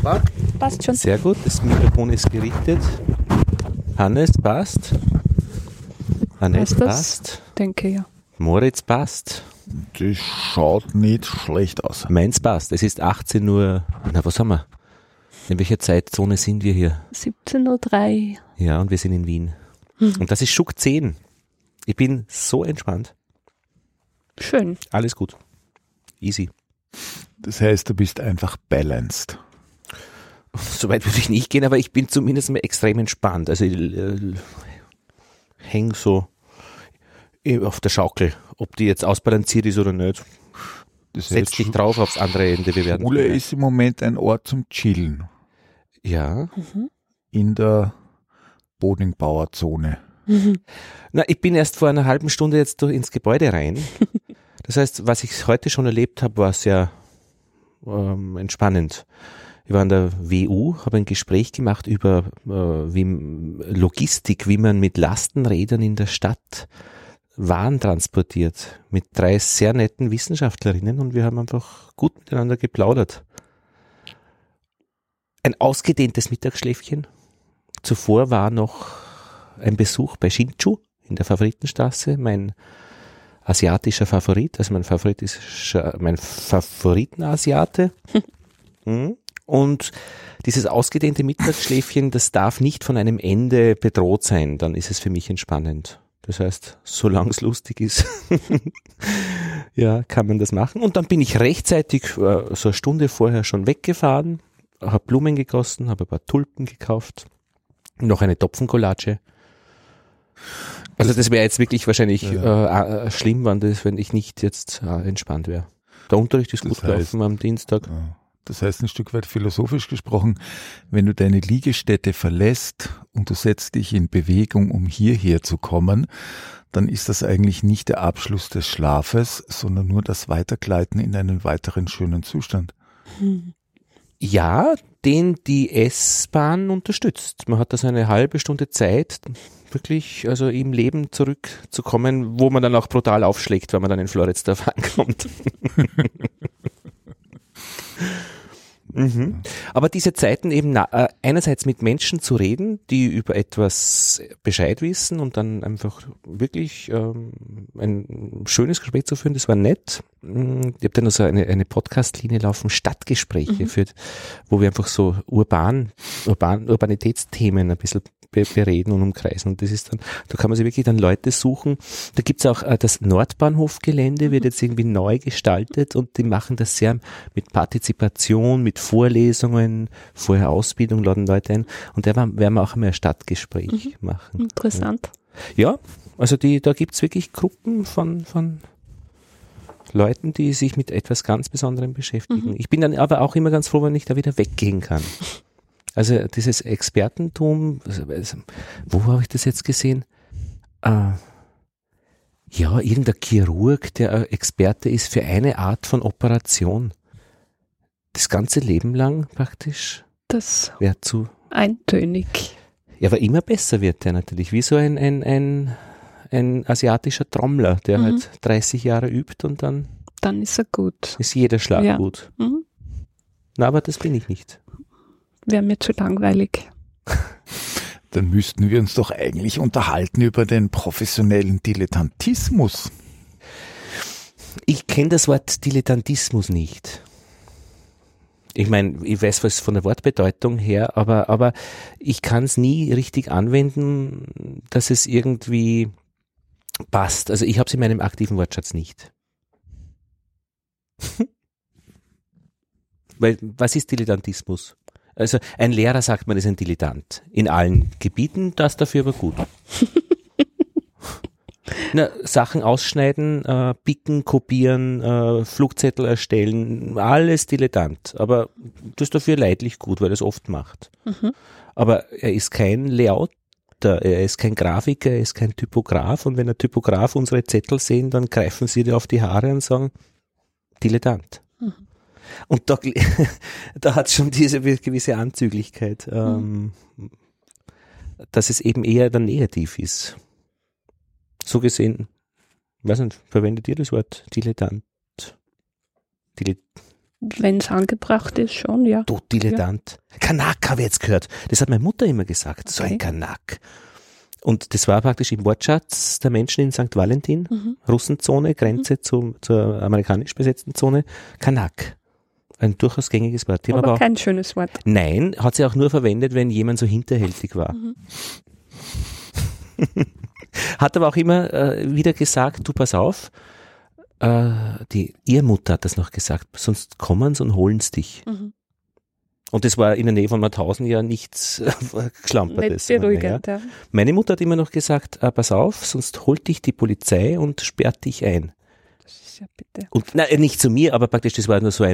Anna? Passt schon. Sehr gut, das Mikrofon ist gerichtet. Hannes, passt. Annette, passt. Denke ja. Moritz, passt. Das schaut nicht schlecht aus. Meins passt. Es ist 18 Uhr. Na, was haben wir? In welcher Zeitzone sind wir hier? 17:03 Uhr. Ja, und wir sind in Wien. Und das ist Schuck 10. Ich bin so entspannt. Schön. Alles gut. Easy. Das heißt, du bist einfach balanced. So weit würde ich nicht gehen, aber ich bin zumindest mal extrem entspannt. Also ich hänge so auf der Schaukel, ob die jetzt ausbalanciert ist oder nicht. Setz dich drauf aufs andere Ende. Wir werden Schule ist im Moment ein Ort zum Chillen. Ja. In der Bodingbauerzone. Na, ich bin erst vor einer halben Stunde jetzt ins Gebäude rein. Das heißt, was ich heute schon erlebt habe, war sehr entspannend. Ich war an der WU, habe ein Gespräch gemacht über Logistik, wie man mit Lastenrädern in der Stadt Waren transportiert, mit 3 sehr netten Wissenschaftlerinnen, und wir haben einfach gut miteinander geplaudert. Ein ausgedehntes Mittagsschläfchen. Zuvor war noch ein Besuch bei Shinchu in der Favoritenstraße, mein asiatischer Favorit, also mein Favorit ist mein Favoritenasiate. Und dieses ausgedehnte Mittagsschläfchen, das darf nicht von einem Ende bedroht sein, dann ist es für mich entspannend. Das heißt, solange es lustig ist, ja, kann man das machen. Und dann bin ich rechtzeitig so eine Stunde vorher schon weggefahren, habe Blumen gegossen, habe ein paar Tulpen gekauft, noch eine Topfencollage. Also das wäre jetzt wirklich wahrscheinlich schlimm, wenn ich nicht jetzt entspannt wäre. Der Unterricht ist gut gelaufen am Dienstag. Ja. Das heißt, ein Stück weit philosophisch gesprochen, wenn du deine Liegestätte verlässt und du setzt dich in Bewegung, um hierher zu kommen, dann ist das eigentlich nicht der Abschluss des Schlafes, sondern nur das Weitergleiten in einen weiteren schönen Zustand. Ja, den die S-Bahn unterstützt. Man hat da so eine halbe Stunde Zeit, wirklich also im Leben zurückzukommen, wo man dann auch brutal aufschlägt, wenn man dann in Floridsdorf ankommt. Aber diese Zeiten eben einerseits mit Menschen zu reden, die über etwas Bescheid wissen und dann einfach wirklich ein schönes Gespräch zu führen, das war nett. Ich habe dann noch so eine Podcast-Linie laufen, Stadtgespräche, wo wir einfach so Urbanitätsthemen ein bisschen bereden und umkreisen, und das ist dann, da kann man sich wirklich dann Leute suchen. Da gibt's auch das Nordbahnhofgelände, wird jetzt irgendwie neu gestaltet, und die machen das sehr mit Partizipation, mit Vorlesungen, vorher Ausbildung, laden Leute ein, und da werden wir auch einmal ein Stadtgespräch machen. Interessant. Ja, also da gibt's wirklich Gruppen von Leuten, die sich mit etwas ganz Besonderem beschäftigen. Ich bin dann aber auch immer ganz froh, wenn ich da wieder weggehen kann. Also dieses Expertentum, wo habe ich das jetzt gesehen? Ja, irgendein Chirurg, der Experte ist für eine Art von Operation. Das ganze Leben lang praktisch. Das wäre zu eintönig. Ja, aber immer besser wird der natürlich. Wie so ein asiatischer Trommler, der halt 30 Jahre übt, und dann ist er gut. Ist jeder Schlag gut. Na, aber das bin ich nicht. Wäre mir zu langweilig. Dann müssten wir uns doch eigentlich unterhalten über den professionellen Dilettantismus. Ich kenne das Wort Dilettantismus nicht. Ich meine, ich weiß was von der Wortbedeutung her, aber ich kann es nie richtig anwenden, dass es irgendwie passt. Also ich habe es in meinem aktiven Wortschatz nicht. Weil, was ist Dilettantismus? Also ein Lehrer sagt, man ist ein Dilettant. In allen Gebieten, das dafür aber gut. Na, Sachen ausschneiden, picken, kopieren, Flugzettel erstellen, alles Dilettant. Aber das ist dafür leidlich gut, weil er es oft macht. Aber er ist kein Layouter, er ist kein Grafiker, er ist kein Typograf. Und wenn ein Typograf unsere Zettel sehen, dann greifen sie dir auf die Haare und sagen, Dilettant. Und da hat es schon diese gewisse Anzüglichkeit, dass es eben eher dann negativ ist. So gesehen, weiß nicht, verwendet ihr das Wort Dilettant? Wenn es angebracht ist, schon, ja. Du Dilettant. Kanak habe ich jetzt gehört. Das hat meine Mutter immer gesagt. So ein Kanak. Und das war praktisch im Wortschatz der Menschen in St. Valentin, Russenzone, Grenze zur amerikanisch besetzten Zone, Kanak. Ein durchaus gängiges Wort. Aber kein schönes Wort. Nein, hat sie auch nur verwendet, wenn jemand so hinterhältig war. Hat aber auch immer wieder gesagt, du pass auf, ihr Mutter hat das noch gesagt, sonst kommen sie und holen sie dich. Und das war in der Nähe von Mauthausen ja nichts Geschlampertes. Nicht beruhigend, ja. Meine Mutter hat immer noch gesagt, pass auf, sonst holt dich die Polizei und sperrt dich ein. Das ist ja bitte. Und nicht zu mir, aber praktisch, das war nur so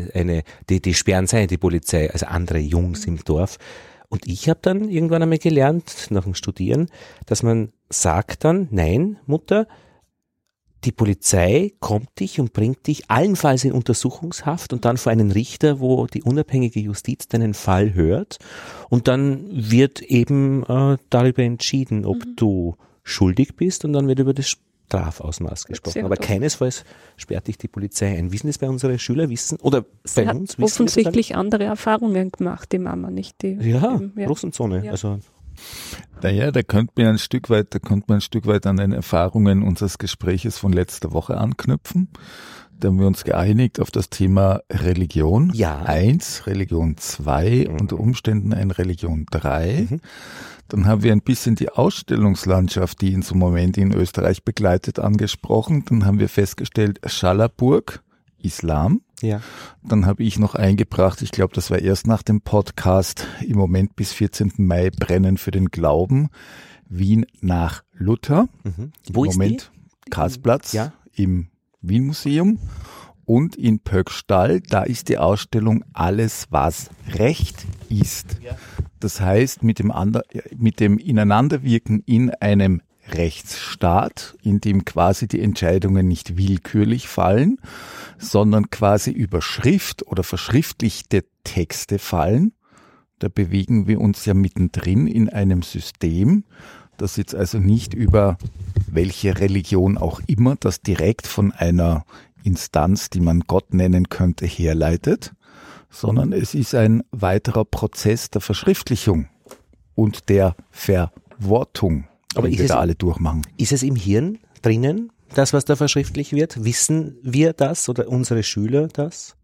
die sperren sein, die Polizei, also andere Jungs im Dorf. Und ich habe dann irgendwann einmal gelernt, nach dem Studieren, dass man sagt dann, nein, Mutter, die Polizei kommt dich und bringt dich allenfalls in Untersuchungshaft und dann vor einen Richter, wo die unabhängige Justiz deinen Fall hört. Und dann wird eben darüber entschieden, ob du schuldig bist, und dann wird über das Strafausmaß gesprochen. Aber keinesfalls sperrt dich die Polizei ein. Wissen das bei unseren Schülern? Oder bei uns? Hat offensichtlich andere Erfahrungen gemacht, die Mama, nicht die. Ja, Russenzone. Ja. Also Naja, da könnte man ein Stück weit an den Erfahrungen unseres Gespräches von letzter Woche anknüpfen. Da haben wir uns geeinigt auf das Thema Religion 1, Religion 2, unter Umständen ein Religion 3. Dann haben wir ein bisschen die Ausstellungslandschaft, die uns im Moment in Österreich begleitet, angesprochen. Dann haben wir festgestellt, Schallerburg, Islam. Ja. Dann habe ich noch eingebracht, ich glaube, das war erst nach dem Podcast, im Moment bis 14. Mai Brennen für den Glauben, Wien nach Luther. Wo ist Moment, die? Karlsplatz im Wien-Museum. Und in Pöckstall, da ist die Ausstellung Alles, was Recht ist. Ja. Das heißt, mit dem Ineinanderwirken in einem Rechtsstaat, in dem quasi die Entscheidungen nicht willkürlich fallen, sondern quasi über Schrift oder verschriftlichte Texte fallen. Da bewegen wir uns ja mittendrin in einem System, das jetzt also nicht über welche Religion auch immer, das direkt von einer Instanz, die man Gott nennen könnte, herleitet, sondern es ist ein weiterer Prozess der Verschriftlichung und der Verwortung. Aber wir da alle durchmachen. Ist es im Hirn drinnen, das, was da verschriftlich wird? Wissen wir das oder unsere Schüler das?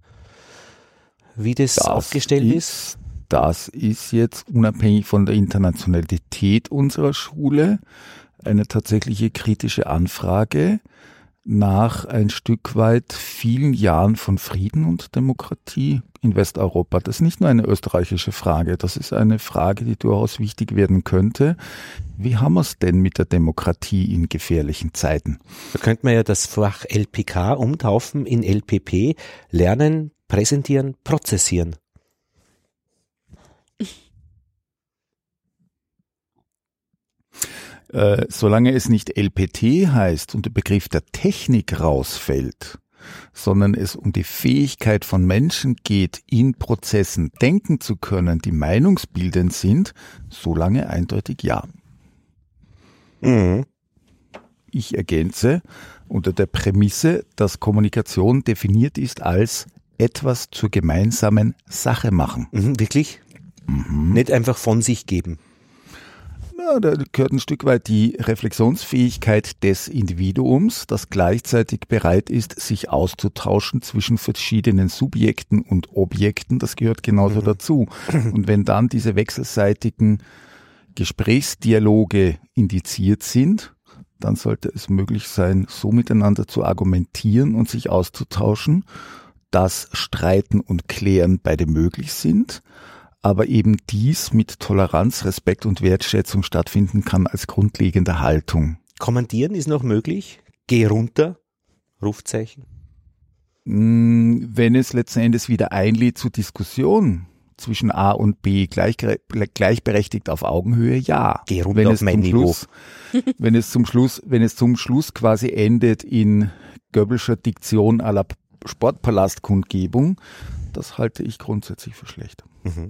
Wie das aufgestellt ist? Das ist jetzt unabhängig von der Internationalität unserer Schule eine tatsächliche kritische Anfrage nach ein Stück weit vielen Jahren von Frieden und Demokratie in Westeuropa. Das ist nicht nur eine österreichische Frage, das ist eine Frage, die durchaus wichtig werden könnte. Wie haben wir es denn mit der Demokratie in gefährlichen Zeiten? Da könnte man ja das Fach LPK umtaufen in LPP, lernen, präsentieren, prozessieren. Solange es nicht LPT heißt und der Begriff der Technik rausfällt, sondern es um die Fähigkeit von Menschen geht, in Prozessen denken zu können, die meinungsbildend sind, solange eindeutig ja. Ich ergänze unter der Prämisse, dass Kommunikation definiert ist als etwas zur gemeinsamen Sache machen. Wirklich? Nicht einfach von sich geben. Ja, da gehört ein Stück weit die Reflexionsfähigkeit des Individuums, das gleichzeitig bereit ist, sich auszutauschen zwischen verschiedenen Subjekten und Objekten. Das gehört genauso dazu. Und wenn dann diese wechselseitigen Gesprächsdialoge indiziert sind, dann sollte es möglich sein, so miteinander zu argumentieren und sich auszutauschen, dass Streiten und Klären beide möglich sind, aber eben dies mit Toleranz, Respekt und Wertschätzung stattfinden kann als grundlegende Haltung. Kommandieren ist noch möglich? Geh runter? Rufzeichen? Wenn es letzten Endes wieder einlädt zur Diskussion zwischen A und B, gleichberechtigt auf Augenhöhe, ja. Geh runter auf mein Niveau. Wenn es zum Schluss quasi endet in Goebbelscher Diktion à la Sportpalastkundgebung, das halte ich grundsätzlich für schlecht.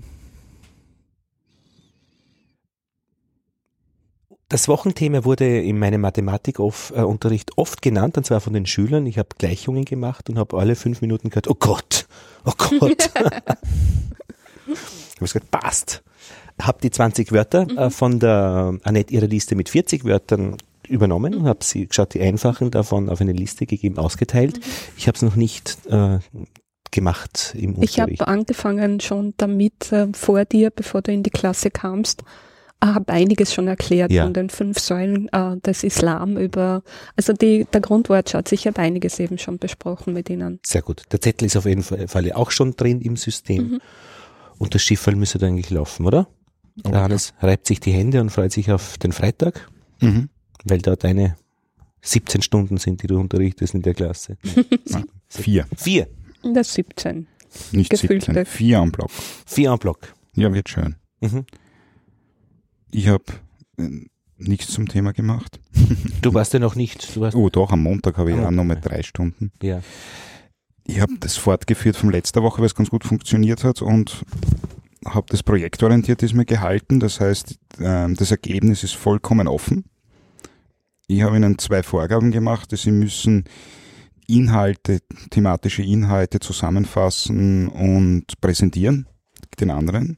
Das Wochenthema wurde in meinem Mathematikunterricht oft genannt, und zwar von den Schülern. Ich habe Gleichungen gemacht und habe alle 5 Minuten gehört, oh Gott, Oh Gott. Ich habe gesagt, passt. Habe die 20 Wörter von der Annette, ihre Liste mit 40 Wörtern übernommen und habe sie geschaut, die einfachen davon auf eine Liste gegeben, ausgeteilt. Ich habe es noch nicht gemacht im Unterricht. Ich habe angefangen schon damit vor dir, bevor du in die Klasse kamst, habe einiges schon erklärt von den 5 Säulen des Islam also der Grundwortschatz. Ich habe einiges eben schon besprochen mit ihnen. Sehr gut. Der Zettel ist auf jeden Fall auch schon drin im System. Und das Schifferl müsste da eigentlich laufen, oder? Oh, Der Hannes reibt sich die Hände und freut sich auf den Freitag, weil da deine 17 Stunden sind, die du unterrichtest in der Klasse. 4. 4. Das 17. Nicht Gefüllte. 17. 4 am Block. 4 am Block. Ja, wird schön. Ich habe nichts zum Thema gemacht. Du warst ja noch nicht. Oh doch, am Montag habe ich Am auch noch mal Montag. 3 Stunden. Ja. Ich habe das fortgeführt von letzter Woche, weil es ganz gut funktioniert hat und habe das projektorientiert diesmal gehalten. Das heißt, das Ergebnis ist vollkommen offen. Ich habe ihnen 2 Vorgaben gemacht. Sie müssen thematische Inhalte zusammenfassen und präsentieren, den anderen.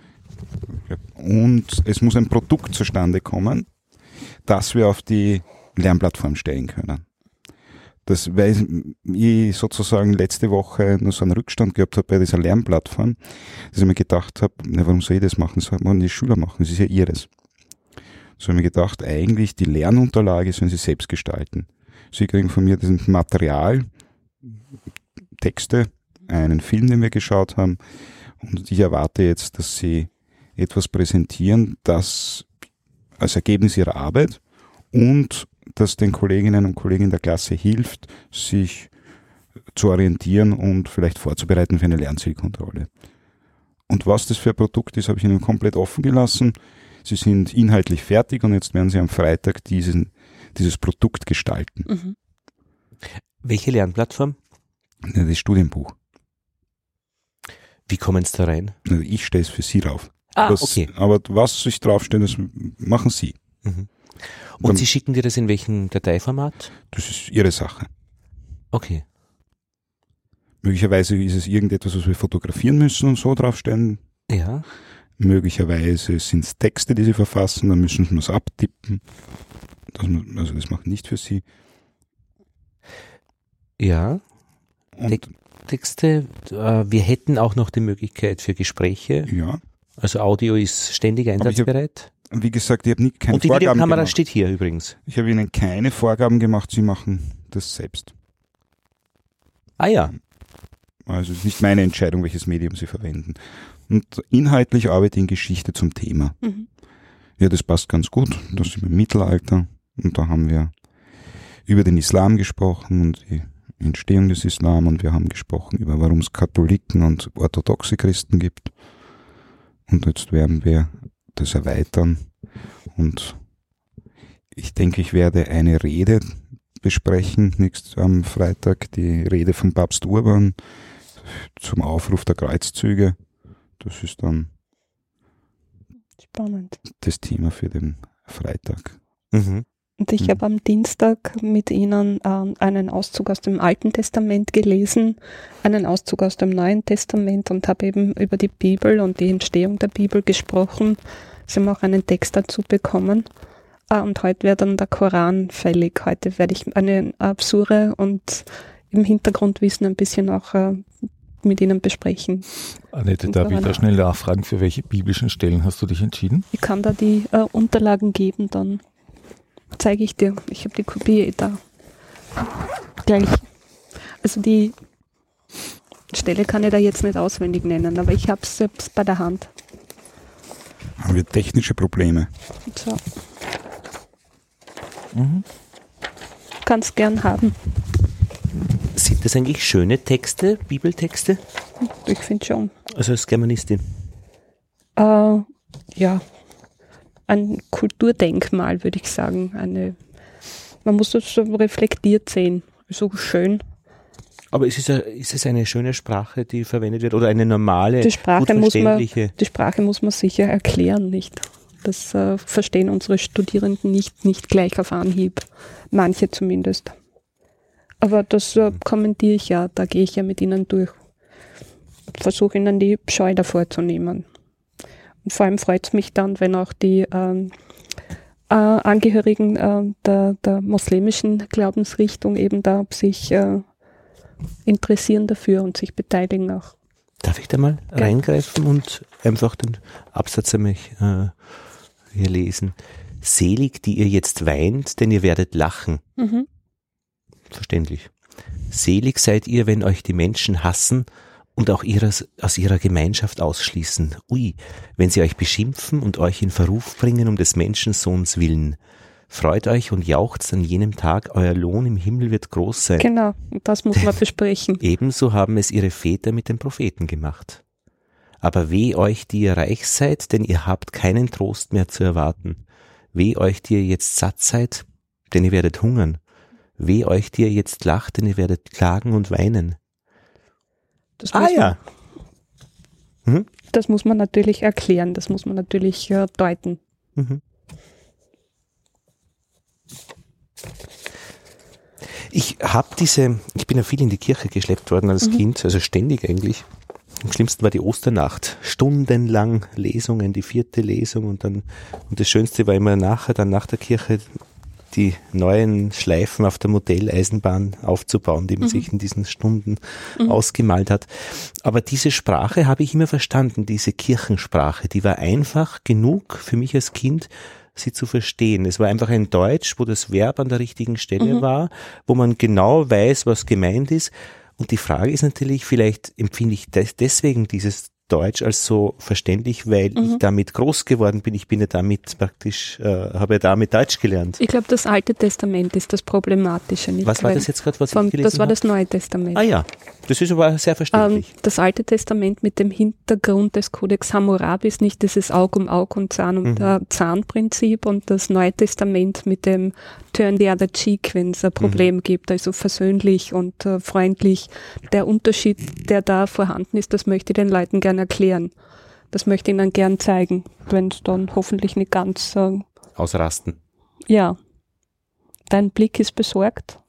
Und es muss ein Produkt zustande kommen, das wir auf die Lernplattform stellen können. Das, weil ich sozusagen letzte Woche nur so einen Rückstand gehabt habe bei dieser Lernplattform, dass ich mir gedacht habe, warum soll ich das machen? Das wollen die Schüler machen, das ist ja ihres. So habe ich mir gedacht, eigentlich die Lernunterlage sollen sie selbst gestalten. Sie kriegen von mir das Material, Texte, einen Film, den wir geschaut haben, und ich erwarte jetzt, dass sie etwas präsentieren, das als Ergebnis ihrer Arbeit und das den Kolleginnen und Kollegen der Klasse hilft, sich zu orientieren und vielleicht vorzubereiten für eine Lernzielkontrolle. Und was das für ein Produkt ist, habe ich ihnen komplett offen gelassen. Sie sind inhaltlich fertig und jetzt werden sie am Freitag dieses Produkt gestalten. Welche Lernplattform? Das Studienbuch. Wie kommen Sie da rein? Also ich stelle es für Sie rauf. Okay. Aber was ich draufstelle, das machen Sie. Und Sie schicken dir das in welchem Dateiformat? Das ist Ihre Sache. Okay. Möglicherweise ist es irgendetwas, was wir fotografieren müssen und so draufstellen. Ja. Möglicherweise sind es Texte, die Sie verfassen, dann müssen wir es abtippen. Also das macht nicht für Sie. Ja. Und Texte. Wir hätten auch noch die Möglichkeit für Gespräche. ja, Also Audio ist ständig einsatzbereit. wie gesagt, ich habe keine Und die Vorgaben Videokamera gemacht. steht hier übrigens. Ich habe Ihnen keine Vorgaben gemacht, Sie machen das selbst. Ah ja. Also es ist nicht meine Entscheidung, welches Medium Sie verwenden. Und inhaltlich arbeite ich in Geschichte zum Thema. Ja, das passt ganz gut. Das ist im Mittelalter. Und da haben wir über den Islam gesprochen und die Entstehung des Islam. Und wir haben gesprochen über, warum es Katholiken und orthodoxe Christen gibt. Und jetzt werden wir das erweitern. Und ich denke, ich werde eine Rede besprechen, am Freitag, die Rede von Papst Urban zum Aufruf der Kreuzzüge. Das ist dann Spannend. das Thema für den Freitag. Und ich habe am Dienstag mit Ihnen einen Auszug aus dem Alten Testament gelesen, einen Auszug aus dem Neuen Testament und habe eben über die Bibel und die Entstehung der Bibel gesprochen. Sie haben auch einen Text dazu bekommen. Und heute wäre dann der Koran fällig. Heute werde ich eine Sure und im Hintergrundwissen ein bisschen auch mit Ihnen besprechen. Annette, darf ich da schnell nachfragen, für welche biblischen Stellen hast du dich entschieden? Ich kann da die Unterlagen geben, dann zeige ich dir. Ich habe die Kopie da. Gleich. Also die Stelle kann ich da jetzt nicht auswendig nennen, aber ich habe es selbst bei der Hand. Haben wir technische Probleme? So. Kannst gern haben. Sind das eigentlich schöne Texte, Bibeltexte? Ich finde schon. Also als Germanistin. Ja, ein Kulturdenkmal, würde ich sagen. Man muss das so reflektiert sehen. So schön. Aber ist es eine schöne Sprache, die verwendet wird, oder eine normale, Die Sprache gut verständliche? Die Sprache muss man sicher erklären, nicht? Das verstehen unsere Studierenden nicht gleich auf Anhieb. Manche zumindest. Aber das kommentiere ich ja, da gehe ich ja mit ihnen durch. versuche ihnen die Scheu davor zu nehmen. Und vor allem freut es mich dann, wenn auch die Angehörigen der muslimischen Glaubensrichtung eben da sich interessieren dafür und sich beteiligen auch. Darf ich da mal reingreifen und einfach den Absatz einmal hier lesen? Selig, die ihr jetzt weint, denn ihr werdet lachen. Mhm. Verständlich. Selig seid ihr, wenn euch die Menschen hassen und auch aus ihrer Gemeinschaft ausschließen. Ui, wenn sie euch beschimpfen und euch in Verruf bringen um des Menschensohns willen. Freut euch und jauchzt an jenem Tag, euer Lohn im Himmel wird groß sein. Genau, das muss man besprechen. Ebenso haben es ihre Väter mit den Propheten gemacht. Aber weh euch, die ihr reich seid, denn ihr habt keinen Trost mehr zu erwarten. Weh euch, die ihr jetzt satt seid, denn ihr werdet hungern. Weh euch, die ihr jetzt lacht, denn ihr werdet klagen und weinen. Das muss man natürlich erklären, das muss man natürlich deuten. Mhm. Ich bin ja viel in die Kirche geschleppt worden als Kind, also ständig eigentlich. Am schlimmsten war die Osternacht. Stundenlang Lesungen, die 4. Lesung und das Schönste war immer nach der Kirche die neuen Schleifen auf der Modelleisenbahn aufzubauen, die man sich in diesen Stunden ausgemalt hat. Aber diese Sprache habe ich immer verstanden, diese Kirchensprache, die war einfach genug für mich als Kind, sie zu verstehen. Es war einfach ein Deutsch, wo das Verb an der richtigen Stelle war, wo man genau weiß, was gemeint ist. Und die Frage ist natürlich, vielleicht empfinde ich deswegen dieses Deutsch als so verständlich, weil ich damit groß geworden bin. Ich bin ja damit praktisch, habe ja damit Deutsch gelernt. Ich glaube, das Alte Testament ist das Problematische. Nicht? Was war das jetzt gerade, was ich gelesen Das war habe? Das Neue Testament. Ah ja, das ist aber sehr verständlich. Das Alte Testament mit dem Hintergrund des Codex Hammurabi ist nicht dieses Aug um Aug und Zahn um Zahn-Prinzip und das Neue Testament mit dem Turn the other cheek, wenn es ein Problem gibt, also versöhnlich und freundlich. Der Unterschied, der da vorhanden ist, das möchte ich den Leuten gerne erklären. Das möchte ich ihnen gern zeigen, wenn es dann hoffentlich nicht ganz Ausrasten. Ja. Dein Blick ist besorgt.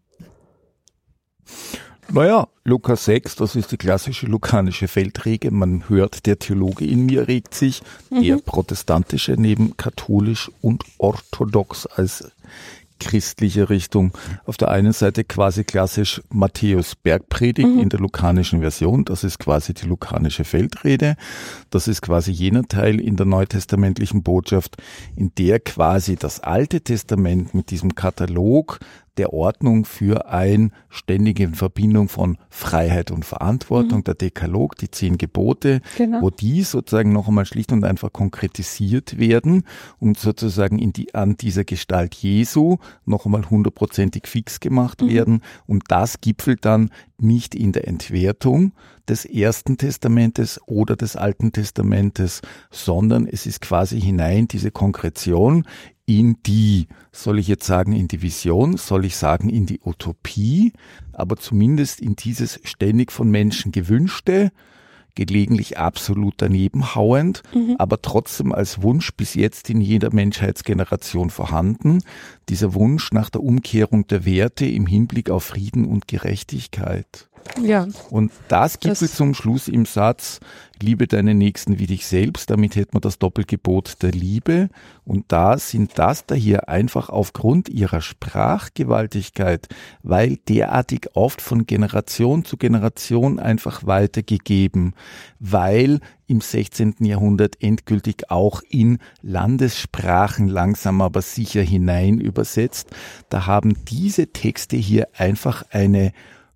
Naja, Lukas 6, das ist die klassische lukanische Feldregel. Man hört, der Theologe in mir regt sich, eher protestantische neben katholisch und orthodox als christliche Richtung. Auf der einen Seite quasi klassisch Matthäus Bergpredigt in der lukanischen Version. Das ist quasi die lukanische Feldrede. Das ist quasi jener Teil in der neutestamentlichen Botschaft, in der quasi das Alte Testament mit diesem Katalog der Ordnung für eine ständige Verbindung von Freiheit und Verantwortung, der Dekalog, die 10 Gebote, wo die sozusagen noch einmal schlicht und einfach konkretisiert werden und sozusagen an dieser Gestalt Jesu noch einmal 100%ig fix gemacht werden. Und das gipfelt dann nicht in der Entwertung des Ersten Testamentes oder des Alten Testamentes, sondern es ist quasi hinein diese Konkretion in die, soll ich jetzt sagen, in die Vision, soll ich sagen, in die Utopie, aber zumindest in dieses ständig von Menschen gewünschte, gelegentlich absolut daneben hauend, aber trotzdem als Wunsch bis jetzt in jeder Menschheitsgeneration vorhanden, dieser Wunsch nach der Umkehrung der Werte im Hinblick auf Frieden und Gerechtigkeit. Ja. Und das gipfelt zum Schluss im Satz, liebe deinen Nächsten wie dich selbst, damit hätte man das Doppelgebot der Liebe. Und da sind das da hier einfach aufgrund ihrer Sprachgewaltigkeit, weil derartig oft von Generation zu Generation einfach weitergegeben, weil im 16. Jahrhundert endgültig auch in Landessprachen langsam aber sicher hinein übersetzt. Da haben diese Texte hier einfach eine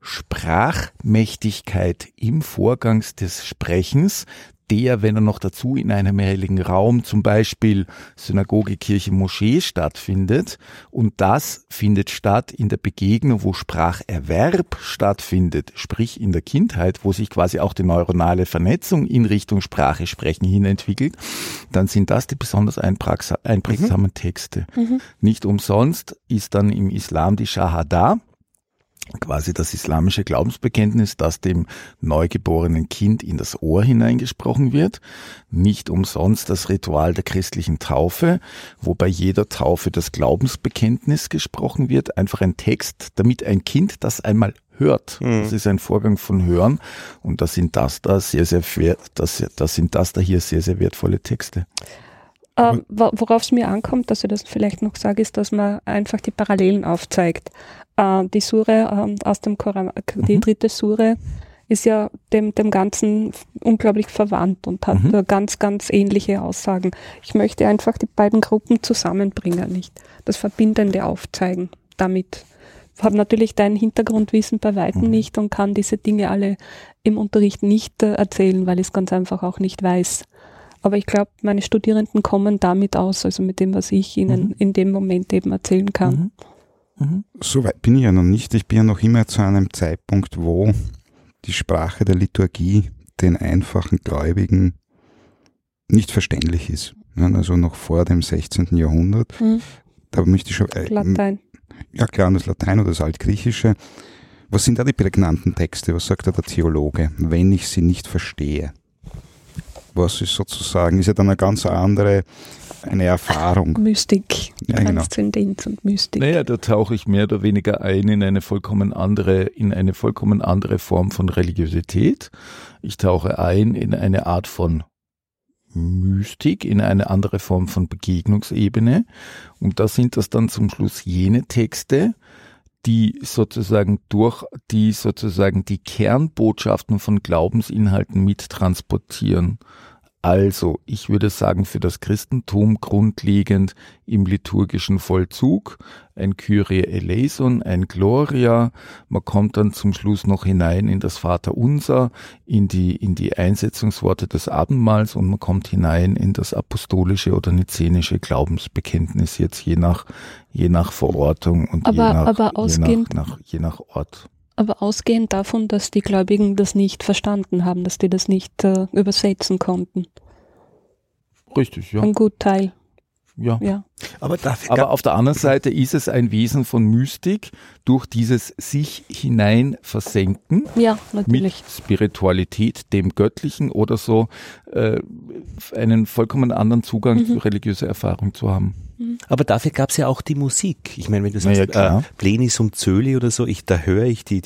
Sprachmächtigkeit im Vorgang des Sprechens, der, wenn er noch dazu in einem heiligen Raum, zum Beispiel Synagoge, Kirche, Moschee stattfindet, und das findet statt in der Begegnung, wo Spracherwerb stattfindet, sprich in der Kindheit, wo sich quasi auch die neuronale Vernetzung in Richtung Sprache sprechen hin entwickelt, dann sind das die besonders einprägsamen Texte. Nicht umsonst ist dann im Islam die Shahada, quasi das islamische Glaubensbekenntnis, das dem neugeborenen Kind in das Ohr hineingesprochen wird. Nicht umsonst das Ritual der christlichen Taufe, wo bei jeder Taufe das Glaubensbekenntnis gesprochen wird. Einfach ein Text, damit ein Kind das einmal hört. Das ist ein Vorgang von Hören und das sind das da hier sehr, sehr wertvolle Texte. Worauf es mir ankommt, dass ich das vielleicht noch sage, ist, dass man einfach die Parallelen aufzeigt. Die Sure aus dem Koran, die 3. Sure, ist ja dem Ganzen unglaublich verwandt und hat ganz, ganz ähnliche Aussagen. Ich möchte einfach die beiden Gruppen zusammenbringen, nicht das Verbindende aufzeigen. Damit habe natürlich dein Hintergrundwissen bei Weitem nicht und kann diese Dinge alle im Unterricht nicht erzählen, weil ich es ganz einfach auch nicht weiß. Aber ich glaube, meine Studierenden kommen damit aus, also mit dem, was ich ihnen in dem Moment eben erzählen kann. So weit bin ich ja noch nicht. Ich bin ja noch immer zu einem Zeitpunkt, wo die Sprache der Liturgie den einfachen Gläubigen nicht verständlich ist. Also noch vor dem 16. Jahrhundert. Da möchte ich schon... Latein. Ja klar, das Latein oder das Altgriechische. Was sind da die prägnanten Texte? Was sagt da der Theologe? Wenn ich sie nicht verstehe. Was ist sozusagen, ist ja dann eine ganz andere, eine Erfahrung. Mystik, ja, genau. Transzendenz und Mystik. Naja, da tauche ich mehr oder weniger ein in eine vollkommen andere Form von Religiosität. Ich tauche ein in eine Art von Mystik, in eine andere Form von Begegnungsebene. Und da sind das dann zum Schluss jene Texte, die sozusagen die Kernbotschaften von Glaubensinhalten mittransportieren. Also, ich würde sagen, für das Christentum grundlegend im liturgischen Vollzug ein Kyrie eleison, ein Gloria. Man kommt dann zum Schluss noch hinein in das Vaterunser, in die Einsetzungsworte des Abendmahls und man kommt hinein in das apostolische oder nizenische Glaubensbekenntnis, jetzt je nach Verortung und je nach Ort. Aber ausgehend davon, dass die Gläubigen das nicht verstanden haben, dass die das nicht übersetzen konnten. Richtig, ja. Ein Gutteil. Ja. Aber auf der anderen Seite ist es ein Wesen von Mystik durch dieses sich hineinversenken. Ja, natürlich. Mit Spiritualität, dem Göttlichen oder so, einen vollkommen anderen Zugang zu religiöser Erfahrung zu haben. Aber dafür gab es ja auch die Musik. Ich meine, wenn du sagst, Plenis und Zöli oder so, da höre ich die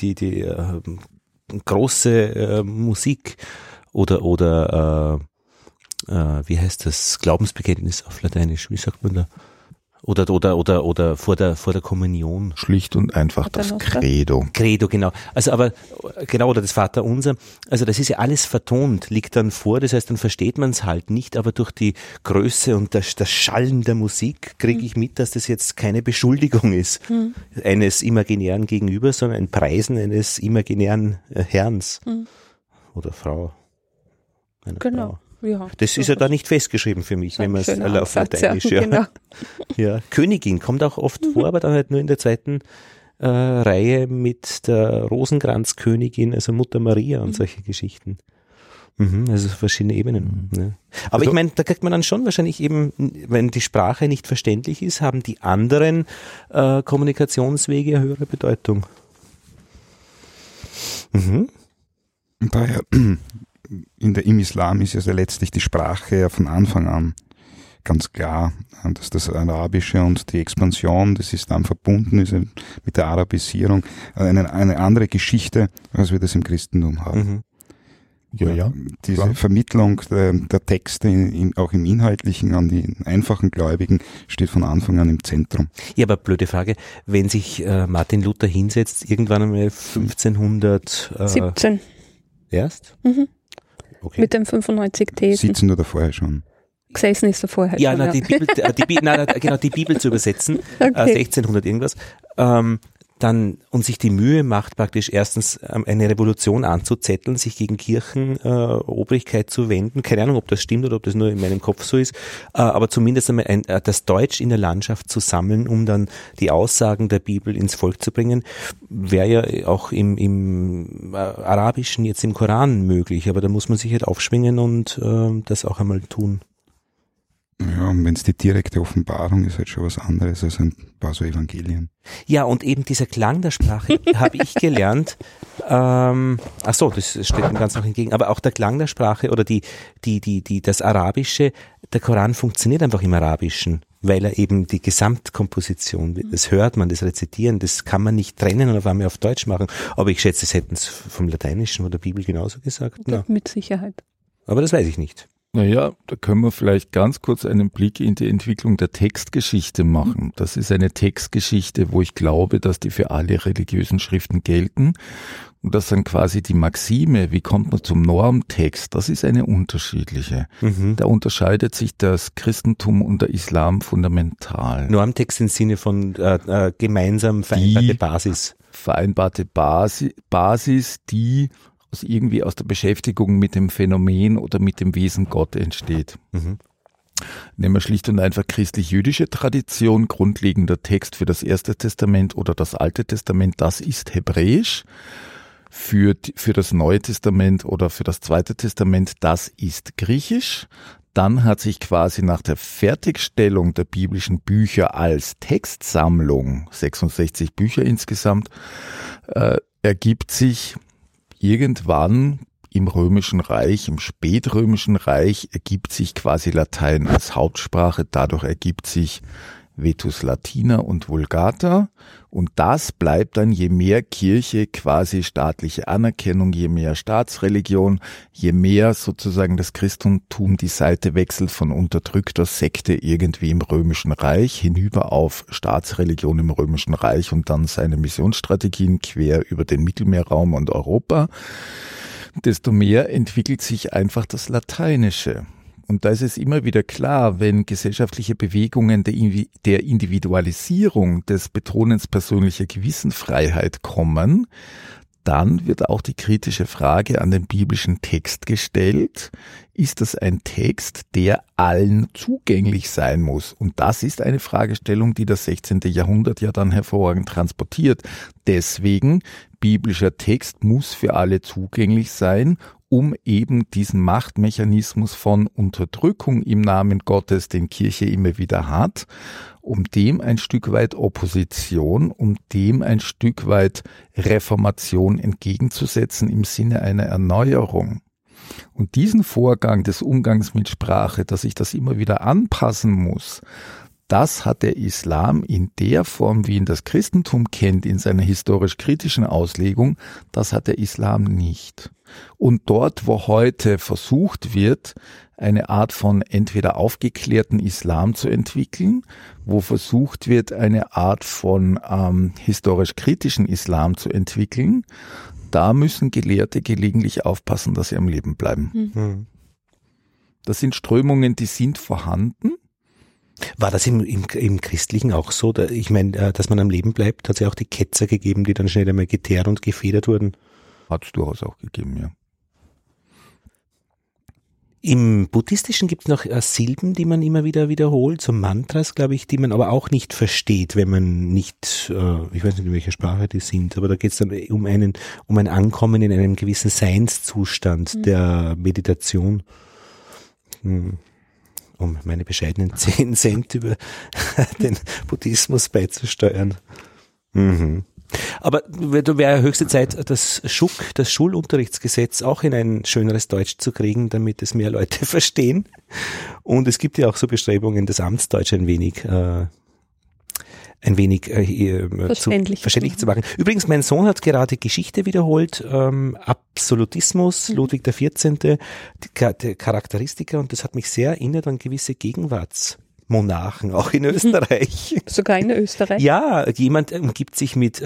große Musik oder wie heißt das, Glaubensbekenntnis auf Lateinisch, wie sagt man da? Oder vor der Kommunion. Schlicht und einfach das Credo. Credo, genau. Also aber, genau, oder das Vaterunser. Also das ist ja alles vertont, liegt dann vor, das heißt, dann versteht man es halt nicht, aber durch die Größe und das Schallen der Musik kriege ich mit, dass das jetzt keine Beschuldigung ist eines imaginären Gegenübers, sondern ein Preisen eines imaginären Herrns oder Frau. Genau. Frau. Ja, das ist ja da nicht festgeschrieben für mich, wenn man es auf Lateinisch. Ja. Genau. Ja. Königin kommt auch oft vor, aber dann halt nur in der zweiten Reihe mit der Rosenkranzkönigin, also Mutter Maria und solche Geschichten. Also verschiedene Ebenen. Ja. Aber ich meine, da kriegt man dann schon wahrscheinlich eben, wenn die Sprache nicht verständlich ist, haben die anderen Kommunikationswege eine höhere Bedeutung. Und daher im Islam ist ja letztlich die Sprache ja von Anfang an ganz klar, dass das Arabische und die Expansion des Islam verbunden ist mit der Arabisierung, eine andere Geschichte, als wir das im Christentum haben. Ja. Diese Vermittlung der Texte auch im Inhaltlichen an die einfachen Gläubigen steht von Anfang an im Zentrum. Ja, aber blöde Frage, wenn sich Martin Luther hinsetzt, irgendwann einmal 1517. Erst? Okay. Mit den 95 Thesen. Sitzen oder vorher schon? Gesessen ist er vorher ja, schon. Die Bibel zu übersetzen, okay. 1600 irgendwas, und sich die Mühe macht, praktisch erstens eine Revolution anzuzetteln, sich gegen Kirchenobrigkeit zu wenden. Keine Ahnung, ob das stimmt oder ob das nur in meinem Kopf so ist, aber zumindest einmal das Deutsch in der Landschaft zu sammeln, um dann die Aussagen der Bibel ins Volk zu bringen, wäre ja auch im Arabischen jetzt im Koran möglich, aber da muss man sich halt aufschwingen und das auch einmal tun. Ja, und wenn es die direkte Offenbarung ist, halt schon was anderes als ein paar so Evangelien. Ja, und eben dieser Klang der Sprache habe ich gelernt. Das steht dem Ganzen noch entgegen. Aber auch der Klang der Sprache oder das Arabische, der Koran funktioniert einfach im Arabischen. weil er eben die Gesamtkomposition, das hört man, das Rezitieren, das kann man nicht trennen und auf einmal auf Deutsch machen. Aber ich schätze, das hätten es vom Lateinischen oder der Bibel genauso gesagt. Ja, mit Sicherheit. Aber das weiß ich nicht. Naja, da können wir vielleicht ganz kurz einen Blick in die Entwicklung der Textgeschichte machen. Das ist eine Textgeschichte, wo ich glaube, dass die für alle religiösen Schriften gelten. Und das dann quasi die Maxime, wie kommt man zum Normtext, das ist eine unterschiedliche. Da unterscheidet sich das Christentum und der Islam fundamental. Normtext im Sinne von gemeinsam vereinbarte Basis. Vereinbarte Basis, die irgendwie aus der Beschäftigung mit dem Phänomen oder mit dem Wesen Gott entsteht. Nehmen wir schlicht und einfach christlich-jüdische Tradition, grundlegender Text für das Erste Testament oder das Alte Testament, das ist Hebräisch. Für das Neue Testament oder für das Zweite Testament, das ist Griechisch. Dann hat sich quasi nach der Fertigstellung der biblischen Bücher als Textsammlung, 66 Bücher insgesamt, ergibt sich irgendwann im Römischen Reich, im spätrömischen Reich, ergibt sich quasi Latein als Hauptsprache. Dadurch ergibt sich Vetus Latina und Vulgata. Und das bleibt dann, je mehr Kirche, quasi staatliche Anerkennung, je mehr Staatsreligion, je mehr sozusagen das Christentum die Seite wechselt von unterdrückter Sekte irgendwie im Römischen Reich hinüber auf Staatsreligion im Römischen Reich und dann seine Missionsstrategien quer über den Mittelmeerraum und Europa, desto mehr entwickelt sich einfach das Lateinische. Und da ist es immer wieder klar, wenn gesellschaftliche Bewegungen der Individualisierung des Betonens persönlicher Gewissenfreiheit kommen, dann wird auch die kritische Frage an den biblischen Text gestellt, ist das ein Text, der allen zugänglich sein muss? Und das ist eine Fragestellung, die das 16. Jahrhundert ja dann hervorragend transportiert. Deswegen, biblischer Text muss für alle zugänglich sein, um eben diesen Machtmechanismus von Unterdrückung im Namen Gottes, den Kirche immer wieder hat, um dem ein Stück weit Opposition, um dem ein Stück weit Reformation entgegenzusetzen im Sinne einer Erneuerung. Und diesen Vorgang des Umgangs mit Sprache, dass ich das immer wieder anpassen muss, das hat der Islam in der Form, wie ihn das Christentum kennt, in seiner historisch-kritischen Auslegung, das hat der Islam nicht. Und dort, wo heute versucht wird, eine Art von entweder aufgeklärten Islam zu entwickeln, wo versucht wird, eine Art von historisch-kritischen Islam zu entwickeln, da müssen Gelehrte gelegentlich aufpassen, dass sie am Leben bleiben. Das sind Strömungen, die sind vorhanden. War das im Christlichen auch so? Ich meine, dass man am Leben bleibt, hat es ja auch die Ketzer gegeben, die dann schnell einmal geteert und gefedert wurden. Hat es durchaus auch gegeben, ja. Im Buddhistischen gibt es noch Silben, die man immer wieder wiederholt, so Mantras, glaube ich, die man aber auch nicht versteht, wenn man nicht, ich weiß nicht, in welcher Sprache die sind, aber da geht es dann um ein Ankommen in einem gewissen Seinszustand der Meditation. Um meine bescheidenen 10 Cent über den Buddhismus beizusteuern. Aber da wäre höchste Zeit, das Schulunterrichtsgesetz auch in ein schöneres Deutsch zu kriegen, damit es mehr Leute verstehen. Und es gibt ja auch so Bestrebungen, das Amtsdeutsch ein wenig verständlich zu machen. Übrigens, mein Sohn hat gerade Geschichte wiederholt, Absolutismus, Ludwig XIV., die Charakteristika, und das hat mich sehr erinnert an gewisse Gegenwartsmonarchen, auch in Österreich. Sogar in Österreich? Ja, jemand umgibt sich mit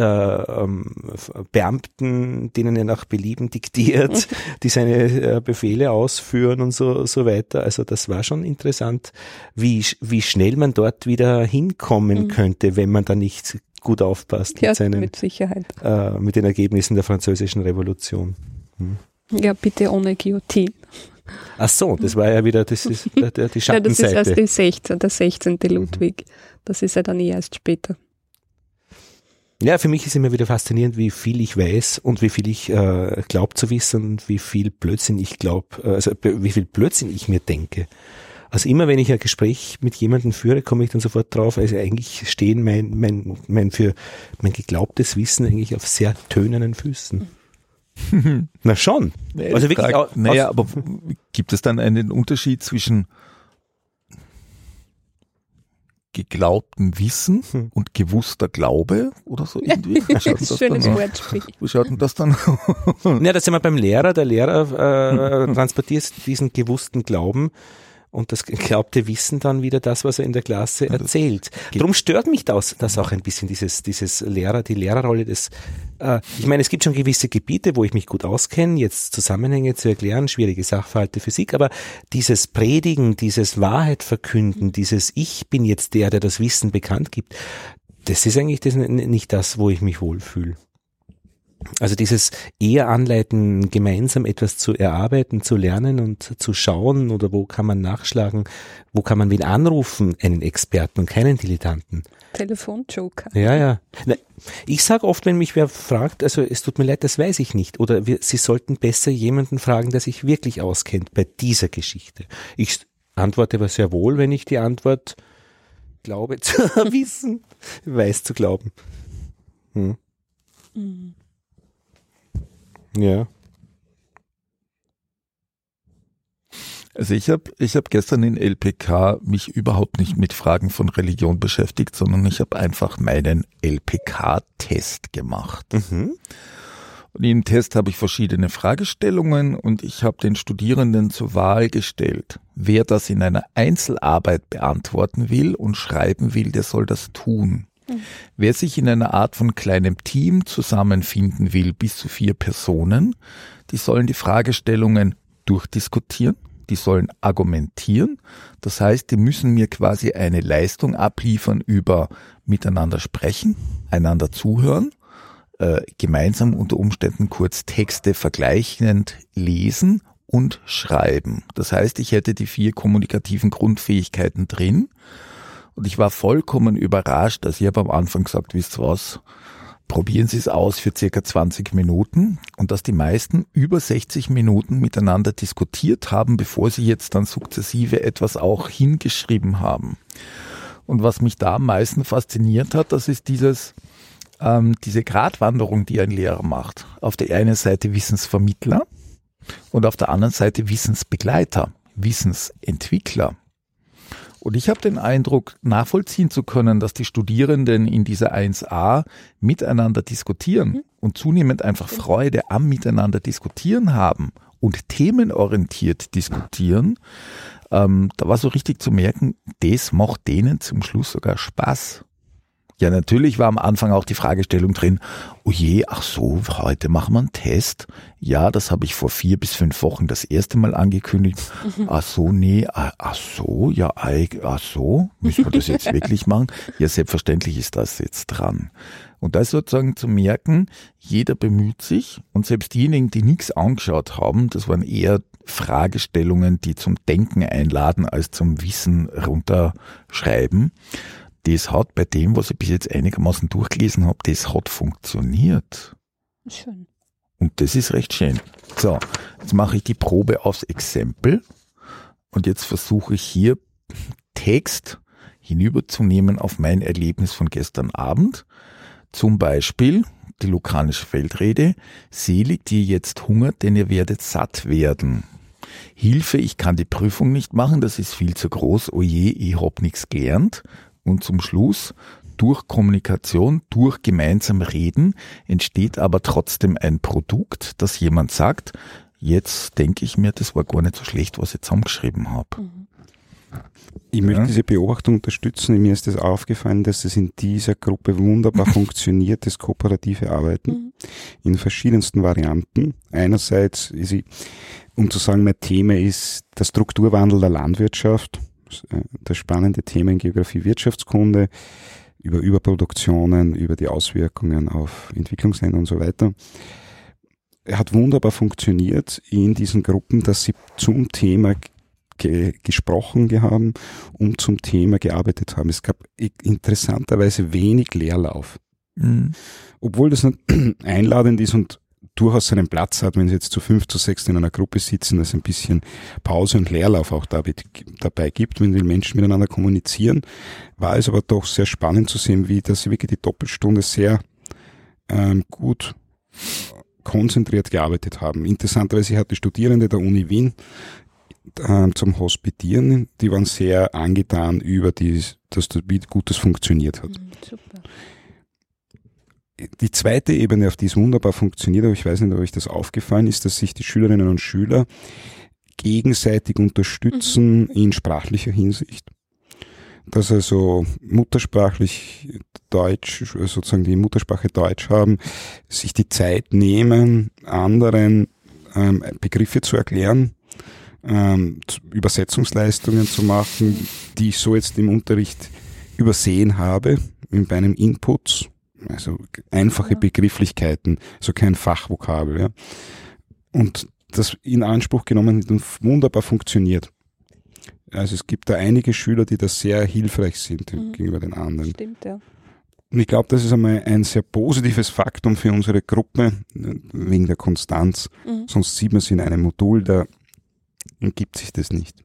Beamten, denen er nach Belieben diktiert, die seine Befehle ausführen und so weiter. Also das war schon interessant, wie schnell man dort wieder hinkommen könnte, wenn man da nicht gut aufpasst mit Sicherheit. Mit den Ergebnissen der Französischen Revolution. Ja, bitte ohne Guillotine. Ach so, das war ja wieder, das ist die Schattenseite. Ja, das ist erst der 16. Ludwig. Das ist ja dann erst später. Ja, für mich ist immer wieder faszinierend, wie viel ich weiß und wie viel ich glaube zu wissen und wie viel Blödsinn ich wie viel Blödsinn ich mir denke. Also immer wenn ich ein Gespräch mit jemandem führe, komme ich dann sofort drauf, also eigentlich stehen mein geglaubtes Wissen eigentlich auf sehr tönenden Füßen. Na schon. Also wirklich aber gibt es dann einen Unterschied zwischen geglaubtem Wissen und gewusster Glaube oder so irgendwie. Schönes Wortspiel. Wie schaut denn das dann? Ja, da sind wir beim Lehrer. Der Lehrer transportiert diesen gewussten Glauben und das geglaubte Wissen dann wieder das, was er in der Klasse erzählt. Darum stört mich das auch ein bisschen, die Lehrerrolle des, ich meine, es gibt schon gewisse Gebiete, wo ich mich gut auskenne, jetzt Zusammenhänge zu erklären, schwierige Sachverhalte, Physik, aber dieses Predigen, dieses Wahrheit verkünden, dieses Ich bin jetzt der das Wissen bekannt gibt, das ist eigentlich nicht das, wo ich mich wohlfühle. Also dieses eher anleiten, gemeinsam etwas zu erarbeiten, zu lernen und zu schauen oder wo kann man nachschlagen, wo kann man wen anrufen, einen Experten und keinen Dilettanten. Telefonjoker. Ja. Ich sage oft, wenn mich wer fragt, also es tut mir leid, das weiß ich nicht. Oder Sie sollten besser jemanden fragen, der sich wirklich auskennt bei dieser Geschichte. Ich antworte aber sehr wohl, wenn ich die Antwort glaube zu wissen, weiß zu glauben. Ja. Also ich hab gestern in LPK mich überhaupt nicht mit Fragen von Religion beschäftigt, sondern ich habe einfach meinen LPK-Test gemacht. Und in dem Test habe ich verschiedene Fragestellungen und ich habe den Studierenden zur Wahl gestellt. Wer das in einer Einzelarbeit beantworten will und schreiben will, der soll das tun. Wer sich in einer Art von kleinem Team zusammenfinden will, bis zu 4 Personen, die sollen die Fragestellungen durchdiskutieren, die sollen argumentieren. Das heißt, die müssen mir quasi eine Leistung abliefern über miteinander sprechen, einander zuhören, gemeinsam unter Umständen kurz Texte vergleichend lesen und schreiben. Das heißt, ich hätte die 4 kommunikativen Grundfähigkeiten drin. Und ich war vollkommen überrascht, dass ich habe am Anfang gesagt, wisst ihr was, probieren Sie es aus für circa 20 Minuten und dass die meisten über 60 Minuten miteinander diskutiert haben, bevor sie jetzt dann sukzessive etwas auch hingeschrieben haben. Und was mich da am meisten fasziniert hat, das ist diese Gratwanderung, die ein Lehrer macht. Auf der einen Seite Wissensvermittler und auf der anderen Seite Wissensbegleiter, Wissensentwickler. Und ich habe den Eindruck, nachvollziehen zu können, dass die Studierenden in dieser 1a miteinander diskutieren und zunehmend einfach Freude am Miteinander diskutieren haben und themenorientiert diskutieren. Da war so richtig zu merken, das macht denen zum Schluss sogar Spaß. Ja, natürlich war am Anfang auch die Fragestellung drin, oh je, ach so, heute machen wir einen Test. Ja, das habe ich vor 4 bis 5 Wochen das erste Mal angekündigt. Ach so, nee, ach so, müssen wir das jetzt wirklich machen? Ja, selbstverständlich ist das jetzt dran. Und da ist sozusagen zu merken, jeder bemüht sich und selbst diejenigen, die nichts angeschaut haben, das waren eher Fragestellungen, die zum Denken einladen, als zum Wissen runterschreiben. Das hat bei dem, was ich bis jetzt einigermaßen durchgelesen habe, das hat funktioniert. Schön. Und das ist recht schön. So, jetzt mache ich die Probe aufs Exempel und jetzt versuche ich hier Text hinüberzunehmen auf mein Erlebnis von gestern Abend. Zum Beispiel die lukanische Feldrede, selig die jetzt hungert, denn ihr werdet satt werden. Hilfe, ich kann die Prüfung nicht machen, das ist viel zu groß, oje, ich hab nichts gelernt. Und zum Schluss, durch Kommunikation, durch gemeinsam Reden entsteht aber trotzdem ein Produkt, dass jemand sagt, jetzt denke ich mir, das war gar nicht so schlecht, was ich zusammengeschrieben habe. Ich möchte diese Beobachtung unterstützen. Mir ist das aufgefallen, dass es in dieser Gruppe wunderbar funktioniert, das kooperative Arbeiten in verschiedensten Varianten. Einerseits ist um zu sagen, mein Thema ist der Strukturwandel der Landwirtschaft. Das spannende Thema in Geografie, Wirtschaftskunde, über Überproduktionen, über die Auswirkungen auf Entwicklungsländer und so weiter. Er hat wunderbar funktioniert in diesen Gruppen, dass sie zum Thema gesprochen haben und zum Thema gearbeitet haben. Es gab interessanterweise wenig Leerlauf. Obwohl das nicht einladend ist und durchaus seinen Platz hat, wenn sie jetzt zu 5, zu 6 in einer Gruppe sitzen, dass ein bisschen Pause und Leerlauf auch dabei gibt, wenn die Menschen miteinander kommunizieren, war es aber doch sehr spannend zu sehen, wie dass sie wirklich die Doppelstunde sehr gut konzentriert gearbeitet haben. Interessanterweise hatte Studierende der Uni Wien zum Hospitieren, die waren sehr angetan über die wie gut das funktioniert hat. Super. Die zweite Ebene, auf die es wunderbar funktioniert, aber ich weiß nicht, ob euch das aufgefallen ist, dass sich die Schülerinnen und Schüler gegenseitig unterstützen in sprachlicher Hinsicht. Dass also muttersprachlich Deutsch, sozusagen die Muttersprache Deutsch haben, sich die Zeit nehmen, anderen Begriffe zu erklären, Übersetzungsleistungen zu machen, die ich so jetzt im Unterricht übersehen habe, bei einem Input, also einfache Begrifflichkeiten, so kein Fachvokabel. Ja. Und das in Anspruch genommen und wunderbar funktioniert. Also es gibt da einige Schüler, die da sehr hilfreich sind gegenüber den anderen. Stimmt, ja. Und ich glaube, das ist einmal ein sehr positives Faktum für unsere Gruppe, wegen der Konstanz. Sonst sieht man es in einem Modul, da gibt sich das nicht.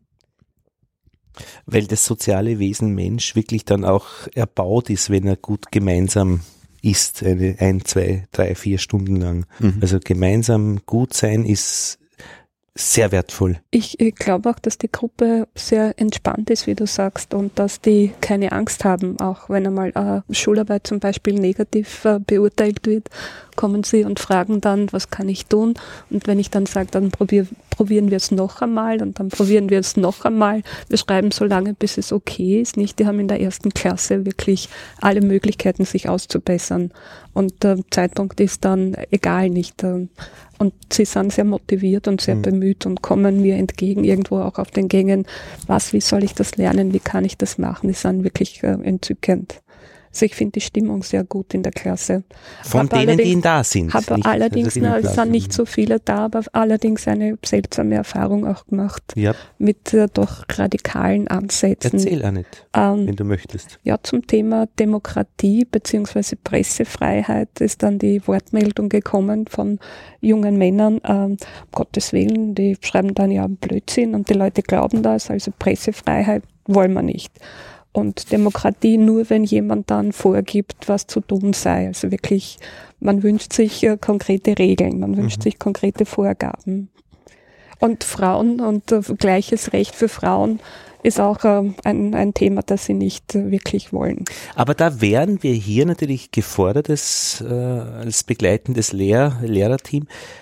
Weil das soziale Wesen Mensch wirklich dann auch erbaut ist, wenn er gut gemeinsam ist, 1, 2, 3, 4 Stunden lang. Also gemeinsam gut sein ist sehr wertvoll. Ich glaube auch, dass die Gruppe sehr entspannt ist, wie du sagst, und dass die keine Angst haben, auch wenn einmal Schularbeit zum Beispiel negativ beurteilt wird, kommen sie und fragen dann, was kann ich tun? Und wenn ich dann sage, dann probieren wir es noch einmal und dann probieren wir es noch einmal. Wir schreiben so lange, bis es okay ist. Nicht, die haben in der 1. Klasse wirklich alle Möglichkeiten, sich auszubessern. Und der Zeitpunkt ist dann egal nicht. Und sie sind sehr motiviert und sehr bemüht und kommen mir entgegen, irgendwo auch auf den Gängen. Wie soll ich das lernen? Wie kann ich das machen? Die sind wirklich entzückend. Also ich finde die Stimmung sehr gut in der Klasse. Von denen, die da sind. Habe allerdings, es sind nicht so viele da, aber allerdings eine seltsame Erfahrung auch gemacht. Ja. Mit doch radikalen Ansätzen. Erzähl auch nicht, wenn du möchtest. Ja, zum Thema Demokratie bzw. Pressefreiheit ist dann die Wortmeldung gekommen von jungen Männern. Um Gottes Willen, die schreiben dann ja Blödsinn und die Leute glauben das, also Pressefreiheit wollen wir nicht. Und Demokratie nur, wenn jemand dann vorgibt, was zu tun sei. Also wirklich, man wünscht sich konkrete Regeln, man wünscht sich konkrete Vorgaben. Und Frauen und gleiches Recht für Frauen ist auch ein Thema, das sie nicht wirklich wollen. Aber da wären wir hier natürlich gefordert als begleitendes Lehrerteam,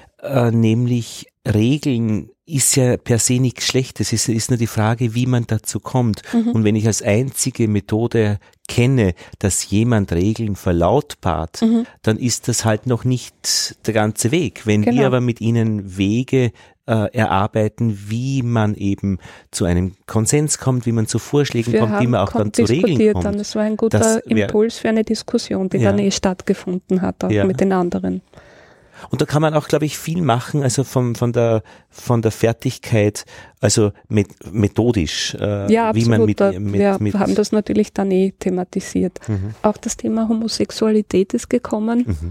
nämlich Regeln ist ja per se nichts Schlechtes. Es ist nur die Frage, wie man dazu kommt. Und wenn ich als einzige Methode kenne, dass jemand Regeln verlautbart, dann ist das halt noch nicht der ganze Weg. Wenn wir aber mit ihnen Wege erarbeiten, wie man eben zu einem Konsens kommt, wie man zu Vorschlägen kommt, wie man auch dann zu Regeln kommt. Das war ein guter Impuls für eine Diskussion, die dann stattgefunden hat, auch mit den anderen. Und da kann man auch, glaube ich, viel machen, also von der Fertigkeit, also methodisch, ja, wie man mit wir haben das natürlich dann thematisiert. Auch das Thema Homosexualität ist gekommen.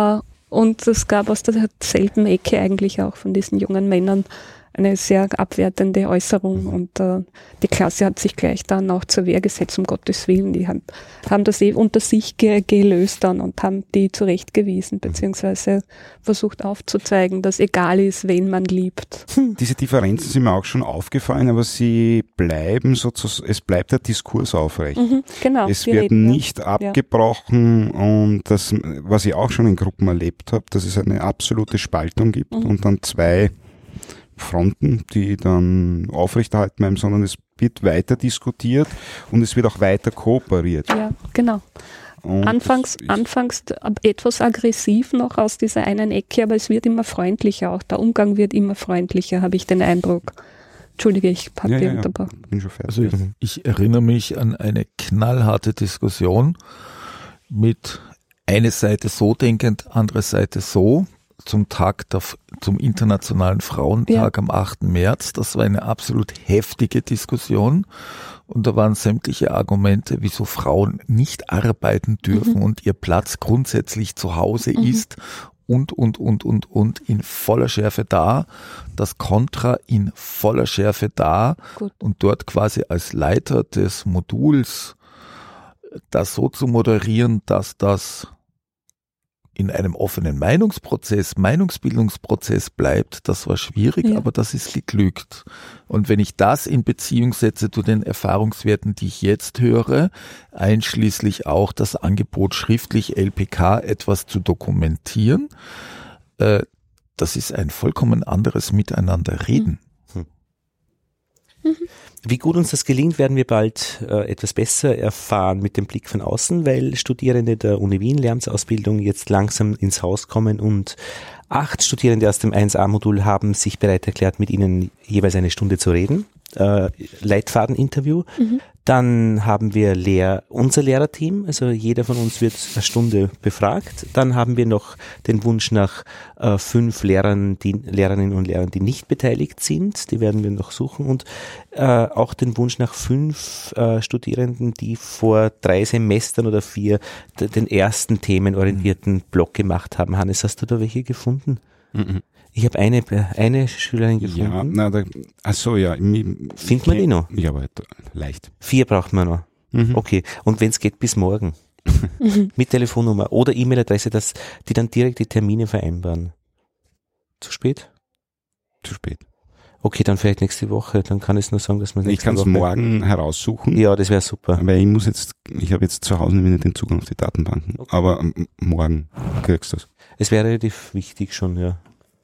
Und es gab aus derselben Ecke eigentlich auch von diesen jungen Männern eine sehr abwertende Äußerung und die Klasse hat sich gleich dann auch zur Wehr gesetzt, um Gottes Willen. Die haben das unter sich gelöst dann und haben die zurechtgewiesen, beziehungsweise versucht aufzuzeigen, dass egal ist, wen man liebt. Diese Differenzen sind mir auch schon aufgefallen, aber sie bleiben sozusagen, es bleibt der Diskurs aufrecht. Genau. Es wird nicht abgebrochen und das, was ich auch schon in Gruppen erlebt habe, dass es eine absolute Spaltung gibt und dann zwei Fronten, die dann aufrechterhalten bleiben, sondern es wird weiter diskutiert und es wird auch weiter kooperiert. Ja, genau. Und anfangs etwas aggressiv noch aus dieser einen Ecke, aber es wird immer freundlicher, auch der Umgang wird immer freundlicher, habe ich den Eindruck. Entschuldige, ich habe dich unterbrochen. Bin schon fertig. Also ich erinnere mich an eine knallharte Diskussion mit eine Seite so denkend, andere Seite so. Zum Internationalen Frauentag am 8. März. Das war eine absolut heftige Diskussion und da waren sämtliche Argumente, wieso Frauen nicht arbeiten dürfen und ihr Platz grundsätzlich zu Hause ist und in voller Schärfe da, das Kontra in voller Schärfe da. Gut. Und dort quasi als Leiter des Moduls das so zu moderieren, dass das in einem offenen Meinungsbildungsprozess bleibt, das war schwierig, aber das ist geglückt. Und wenn ich das in Beziehung setze zu den Erfahrungswerten, die ich jetzt höre, einschließlich auch das Angebot, schriftlich LPK etwas zu dokumentieren, das ist ein vollkommen anderes Miteinander-Reden. Wie gut uns das gelingt, werden wir bald etwas besser erfahren mit dem Blick von außen, weil Studierende der Uni Wien Lehramtsausbildung jetzt langsam ins Haus kommen und 8 Studierende aus dem 1a-Modul haben sich bereit erklärt, mit ihnen jeweils eine Stunde zu reden. Leitfadeninterview. Dann haben wir unser Lehrerteam, also jeder von uns wird eine Stunde befragt. Dann haben wir noch den Wunsch nach 5 Lehrerinnen und Lehrern, die nicht beteiligt sind. Die werden wir noch suchen. Und auch den Wunsch nach 5 Studierenden, die vor 3 Semestern oder 4 den ersten themenorientierten Block gemacht haben. Hannes, hast du da welche gefunden? Ich habe eine Schülerin gefunden. Ja, Findet man die noch? Ja, aber leicht. 4 braucht man noch. Okay. Und wenn es geht, bis morgen. Mit Telefonnummer oder E-Mail-Adresse, dass die dann direkt die Termine vereinbaren. Zu spät? Zu spät. Okay, dann vielleicht nächste Woche. Dann kann ich nur sagen, dass man Ich kann es morgen heraussuchen. Ja, das wäre super. Weil ich habe jetzt zu Hause nicht den Zugang auf die Datenbanken. Okay. Aber morgen kriegst du das. Es wäre relativ wichtig schon, ja.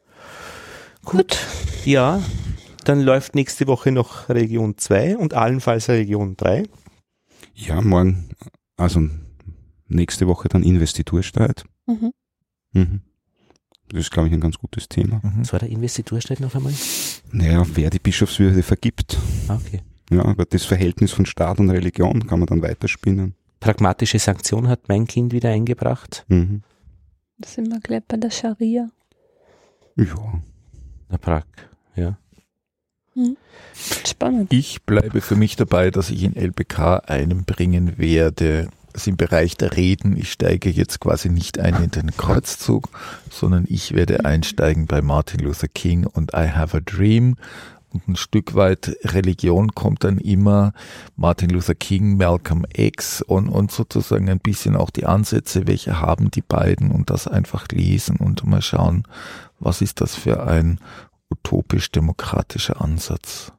Gut. Ja, dann läuft nächste Woche noch Region 2 und allenfalls Region 3. Ja, morgen, also nächste Woche dann Investiturstreit. Das ist, glaube ich, ein ganz gutes Thema. Was war der Investiturstreit noch einmal? Naja, wer die Bischofswürde vergibt. Okay. Ja, aber das Verhältnis von Staat und Religion kann man dann weiterspinnen. Pragmatische Sanktion hat mein Kind wieder eingebracht. Das sind wir gleich bei der Scharia. Ja. Na, Prag, ja. Spannend. Ich bleibe für mich dabei, dass ich in LPK einbringen werde, also im Bereich der Reden. Ich steige jetzt quasi nicht ein in den Kreuzzug, sondern ich werde einsteigen bei Martin Luther King und I Have a Dream. Und ein Stück weit Religion kommt dann immer Martin Luther King, Malcolm X und sozusagen ein bisschen auch die Ansätze, welche haben die beiden und das einfach lesen und mal schauen, was ist das für ein utopisch-demokratischer Ansatz.